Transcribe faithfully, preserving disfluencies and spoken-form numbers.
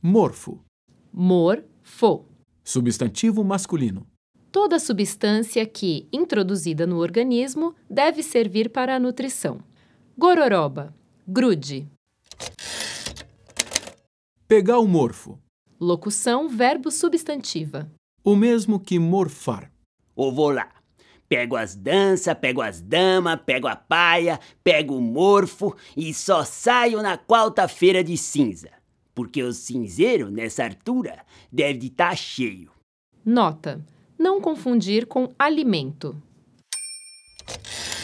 Morfo. Mor-fo. Substantivo masculino. Toda substância que, introduzida no organismo, deve servir para a nutrição. Gororoba. Grude. Pegar o morfo. Locução verbo substantiva. O mesmo que morfar. Ou vou lá. Pego as danças, pego as damas, pego a paia, pego o morfo e só saio na quarta-feira de cinza. Porque o cinzeiro, nessa altura, deve de estar cheio. Nota: não confundir com alimento.